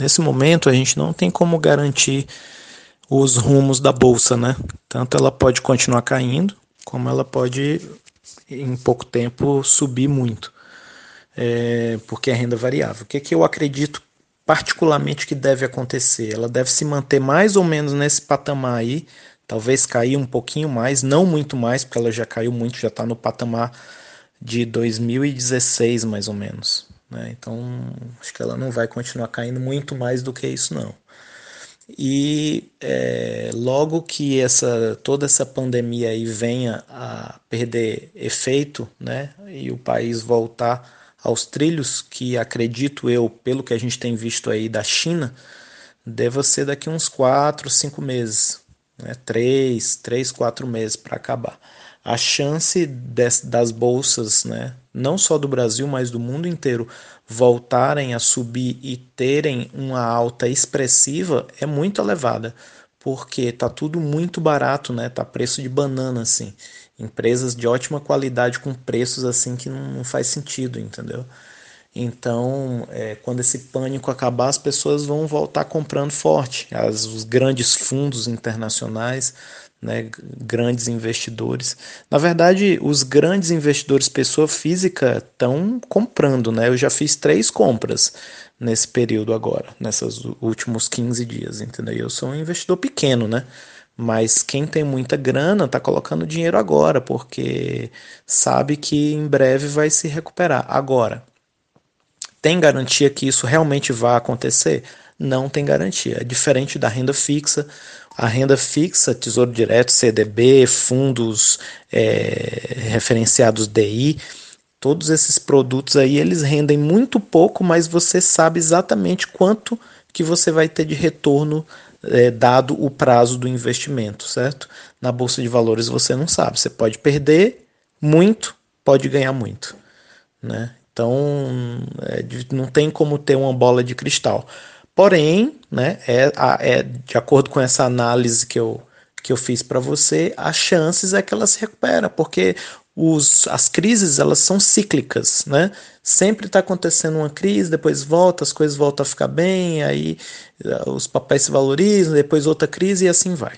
nesse momento a gente não tem como garantir os rumos da bolsa, né? Tanto ela pode continuar caindo, como ela pode, em pouco tempo, subir muito, porque é renda variável. O que eu acredito particularmente que deve acontecer? Ela deve se manter mais ou menos nesse patamar aí, talvez cair um pouquinho mais, não muito mais, porque ela já caiu muito, já está no patamar de 2016 mais ou menos, né? Então acho que ela não vai continuar caindo muito mais do que isso não. E logo que toda essa pandemia aí venha a perder efeito, né, e o país voltar aos trilhos, que acredito eu, pelo que a gente tem visto aí da China, deva ser daqui uns 4, 5 meses, né, 3, 4 meses para acabar. A chance das bolsas, né, não só do Brasil, mas do mundo inteiro, voltarem a subir e terem uma alta expressiva é muito elevada, porque tá tudo muito barato, né? Tá preço de banana assim. Empresas de ótima qualidade com preços assim que não faz sentido, entendeu? Então, quando esse pânico acabar, as pessoas vão voltar comprando forte. Os grandes fundos internacionais, né, grandes investidores. Na verdade, os grandes investidores, pessoa física, estão comprando. Né? Eu já fiz 3 compras nesse período agora, nesses últimos 15 dias. Entendeu? Eu sou um investidor pequeno, né? Mas quem tem muita grana está colocando dinheiro agora, porque sabe que em breve vai se recuperar. Agora, tem garantia que isso realmente vai acontecer? Não tem garantia. É diferente da renda fixa. A renda fixa, Tesouro Direto, CDB, fundos referenciados DI, todos esses produtos aí, eles rendem muito pouco, mas você sabe exatamente quanto que você vai ter de retorno dado o prazo do investimento, certo? Na Bolsa de Valores você não sabe. Você pode perder muito, pode ganhar muito, né? Então, não tem como ter uma bola de cristal. Porém, né, de acordo com essa análise que eu fiz para você, as chances é que ela se recupera, porque as crises elas são cíclicas, né? Sempre está acontecendo uma crise, depois volta, as coisas voltam a ficar bem, aí os papéis se valorizam, depois outra crise e assim vai.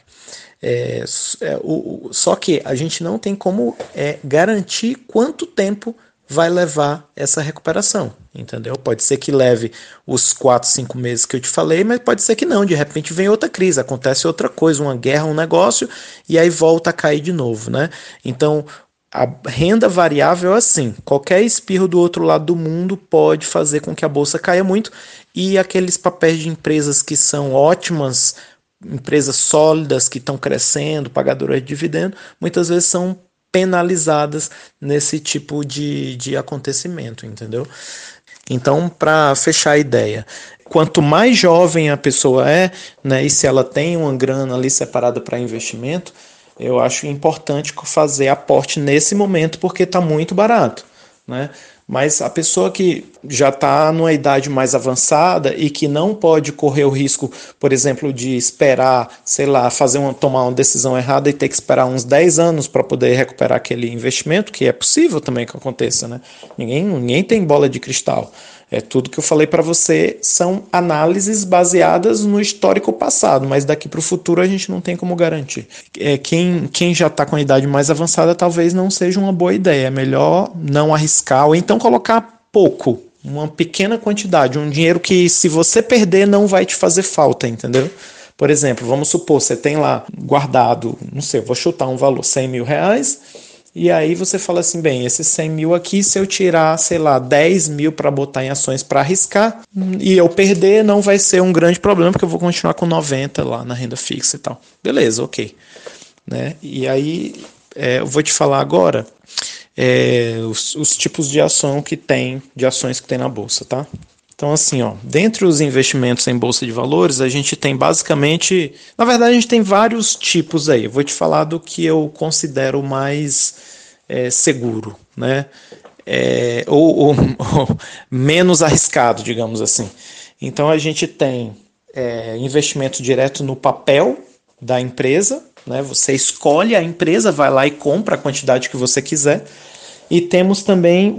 Só que a gente não tem como garantir quanto tempo vai levar essa recuperação, entendeu? Pode ser que leve os 4, 5 meses que eu te falei, mas pode ser que não, de repente vem outra crise, acontece outra coisa, uma guerra, um negócio, e aí volta a cair de novo, né? Então, a renda variável é assim, qualquer espirro do outro lado do mundo pode fazer com que a bolsa caia muito, e aqueles papéis de empresas que são ótimas, empresas sólidas que estão crescendo, pagadoras de dividendo, muitas vezes são penalizadas nesse tipo de acontecimento, entendeu? Então, para fechar a ideia, quanto mais jovem a pessoa é, né, e se ela tem uma grana ali separada para investimento, eu acho importante fazer aporte nesse momento porque está muito barato, né? Mas a pessoa que já está numa idade mais avançada e que não pode correr o risco, por exemplo, de esperar, sei lá, tomar uma decisão errada e ter que esperar uns 10 anos para poder recuperar aquele investimento, que é possível também que aconteça, né? Ninguém tem bola de cristal. Tudo que eu falei para você são análises baseadas no histórico passado, mas daqui para o futuro a gente não tem como garantir. Quem já está com a idade mais avançada talvez não seja uma boa ideia. É melhor não arriscar ou então colocar pouco, uma pequena quantidade, um dinheiro que se você perder não vai te fazer falta, entendeu? Por exemplo, vamos supor, você tem lá guardado, não sei, vou chutar um valor, R$ 100.000, e aí você fala assim, bem, esses 100 mil aqui, se eu tirar, sei lá, 10 mil para botar em ações para arriscar, e eu perder, não vai ser um grande problema, porque eu vou continuar com 90 lá na renda fixa e tal. Beleza, ok. Né? E aí, eu vou te falar agora os tipos de ações que tem na bolsa, tá? Então, assim, ó, dentre os investimentos em bolsa de valores, a gente tem basicamente, na verdade, a gente tem vários tipos aí. Eu vou te falar do que eu considero mais seguro, né? Ou menos arriscado, digamos assim. Então, a gente tem investimento direto no papel da empresa, né? Você escolhe a empresa, vai lá e compra a quantidade que você quiser. E temos também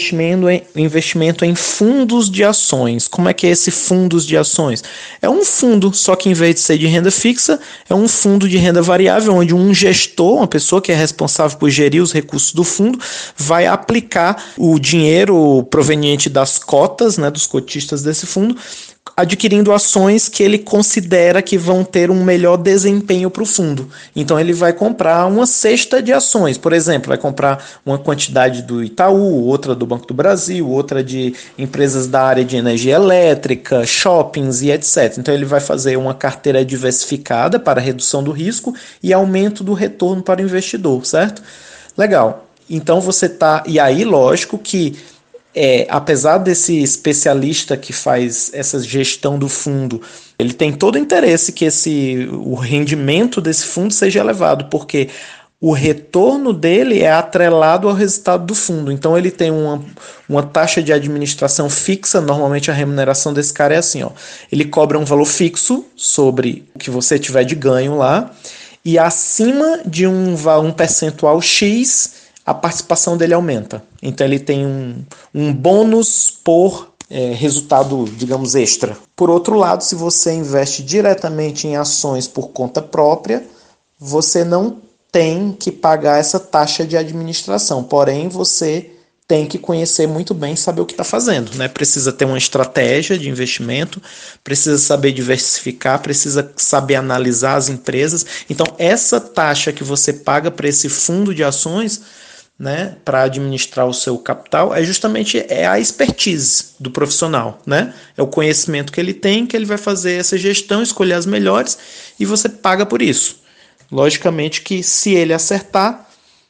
o investimento em fundos de ações. Como é que é esse fundos de ações? É um fundo, só que em vez de ser de renda fixa, é um fundo de renda variável, onde um gestor, uma pessoa que é responsável por gerir os recursos do fundo, vai aplicar o dinheiro proveniente das cotas, né, dos cotistas desse fundo, adquirindo ações que ele considera que vão ter um melhor desempenho para o fundo. Então ele vai comprar uma cesta de ações, por exemplo, vai comprar uma quantidade do Itaú, outra do Banco do Brasil, outra de empresas da área de energia elétrica, shoppings e etc. Então ele vai fazer uma carteira diversificada para redução do risco e aumento do retorno para o investidor, certo? Legal. Então você tá. E aí, lógico que apesar desse especialista que faz essa gestão do fundo, ele tem todo o interesse que o rendimento desse fundo seja elevado, porque o retorno dele é atrelado ao resultado do fundo. Então ele tem uma taxa de administração fixa, normalmente a remuneração desse cara é assim, ó, ele cobra um valor fixo sobre o que você tiver de ganho lá, e acima de um percentual X, a participação dele aumenta. Então ele tem um bônus por resultado, digamos, extra. Por outro lado, se você investe diretamente em ações por conta própria, você não tem que pagar essa taxa de administração, porém você tem que conhecer muito bem e saber o que está fazendo, né? Precisa ter uma estratégia de investimento, precisa saber diversificar, precisa saber analisar as empresas. Então, essa taxa que você paga para esse fundo de ações, né, para administrar o seu capital, é justamente a expertise do profissional, né? É o conhecimento que ele tem, que ele vai fazer essa gestão, escolher as melhores e você paga por isso. Logicamente que se ele acertar,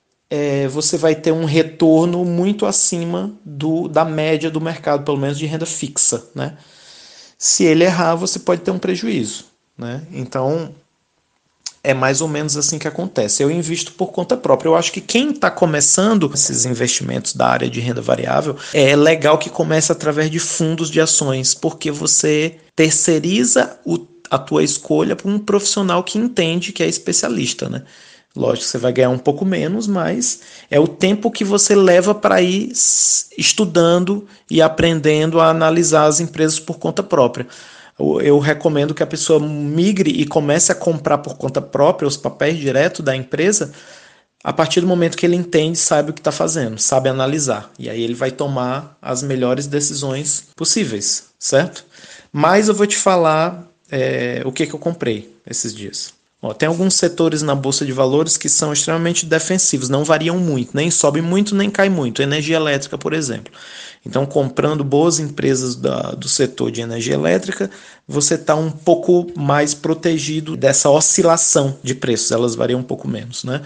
você vai ter um retorno muito acima da média do mercado, pelo menos de renda fixa, né? Se ele errar, você pode ter um prejuízo, né? Então, é mais ou menos assim que acontece. Eu invisto por conta própria. Eu acho que quem está começando esses investimentos da área de renda variável, é legal que comece através de fundos de ações, porque você terceiriza a tua escolha para um profissional que entende, que é especialista, né? Lógico, você vai ganhar um pouco menos, mas é o tempo que você leva para ir estudando e aprendendo a analisar as empresas por conta própria. Eu recomendo que a pessoa migre e comece a comprar por conta própria os papéis direto da empresa a partir do momento que ele entende, sabe o que está fazendo, sabe analisar. E aí ele vai tomar as melhores decisões possíveis, certo? Mas eu vou te falar o que eu comprei esses dias. Tem alguns setores na Bolsa de Valores que são extremamente defensivos, não variam muito, nem sobe muito, nem cai muito. Energia elétrica, por exemplo. Então, comprando boas empresas do setor de energia elétrica, você está um pouco mais protegido dessa oscilação de preços, elas variam um pouco menos, né?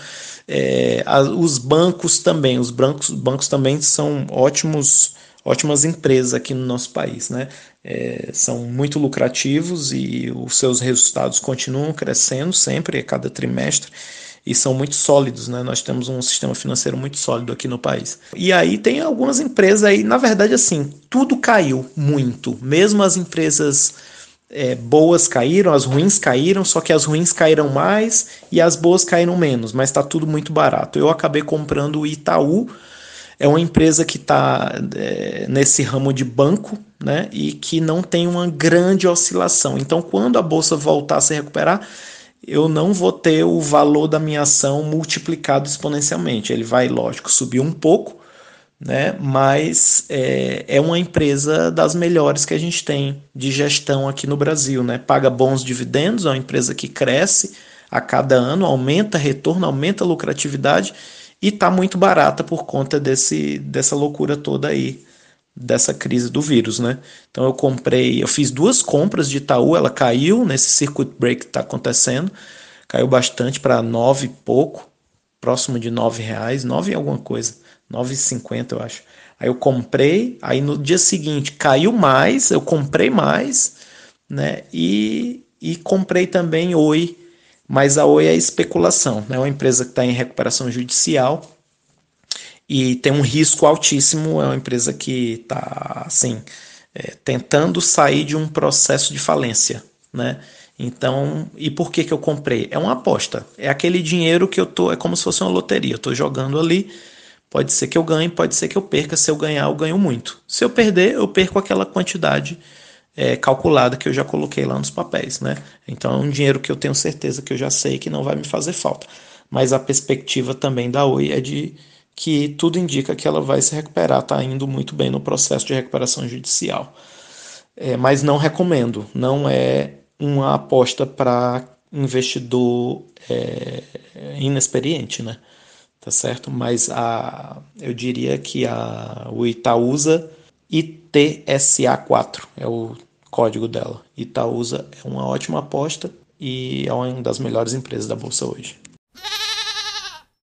Os bancos também, bancos também são ótimas empresas aqui no nosso país, né? São muito lucrativos e os seus resultados continuam crescendo sempre, a cada trimestre, e são muito sólidos, né? Nós temos um sistema financeiro muito sólido aqui no país. E aí tem algumas empresas aí, na verdade, assim, tudo caiu muito, mesmo as empresas boas caíram, as ruins caíram, só que as ruins caíram mais e as boas caíram menos, mas está tudo muito barato. Eu acabei comprando o Itaú. É uma empresa que está nesse ramo de banco, né, e que não tem uma grande oscilação. Então, quando a bolsa voltar a se recuperar, eu não vou ter o valor da minha ação multiplicado exponencialmente. Ele vai, lógico, subir um pouco, né, mas é uma empresa das melhores que a gente tem de gestão aqui no Brasil, né? Paga bons dividendos, é uma empresa que cresce a cada ano, aumenta retorno, aumenta a lucratividade, e está muito barata por conta dessa loucura toda aí, dessa crise do vírus, né? Então eu fiz 2 compras de Itaú, ela caiu nesse circuit break que está acontecendo, caiu bastante para 9 e pouco, próximo de R$ 9, 9 e alguma coisa, 9,50 eu acho. Aí eu comprei, aí no dia seguinte caiu mais, eu comprei mais, né? E comprei também Oi, mas a Oi é especulação, né? É uma empresa que está em recuperação judicial e tem um risco altíssimo. É uma empresa que está assim, tentando sair de um processo de falência, né? Então, e por que eu comprei? É uma aposta. É aquele dinheiro que é como se fosse uma loteria. Eu estou jogando ali, Pode ser que eu ganhe, pode ser que eu perca. Se eu ganhar, eu ganho muito. Se eu perder, eu perco aquela quantidade calculada que eu já coloquei lá nos papéis, né? Então é um dinheiro que eu tenho certeza que eu já sei que não vai me fazer falta. Mas a perspectiva também da Oi é de que tudo indica que ela vai se recuperar, está indo muito bem no processo de recuperação judicial. Mas não recomendo, não é uma aposta para investidor inexperiente, né? Tá certo? Mas eu diria que o Itaúsa ITSA4 é o código dela. Itaúsa é uma ótima aposta e é uma das melhores empresas da bolsa hoje.